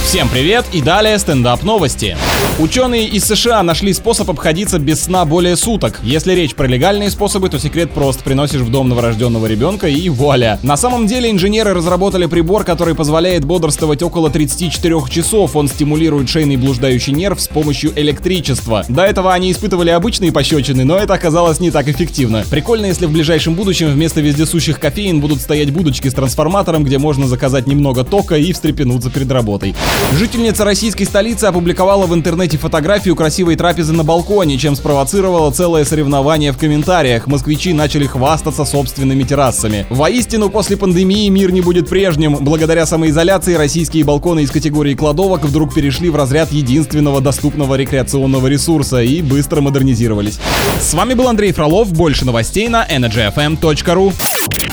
Всем привет и далее стендап новости. Ученые из США нашли способ обходиться без сна более суток. Если речь про легальные способы, то секрет прост: приносишь в дом новорожденного ребенка и вуаля. На самом деле инженеры разработали прибор, который позволяет бодрствовать около 34 часов. Он стимулирует шейный блуждающий нерв с помощью электричества. До этого они испытывали обычные пощечины, но это оказалось не так эффективно. Прикольно, если в ближайшем будущем вместо вездесущих кофеин будут стоять будочки с трансформатором, где можно заказать немного тока и встрепенуться перед работой. Жительница российской столицы опубликовала в интернете фотографию красивой трапезы на балконе, чем спровоцировала целое соревнование в комментариях. Москвичи начали хвастаться собственными террасами. Воистину, после пандемии мир не будет прежним. Благодаря самоизоляции российские балконы из категории кладовок вдруг перешли в разряд единственного доступного рекреационного ресурса и быстро модернизировались. С вами был Андрей Фролов. Больше новостей на energyfm.ru.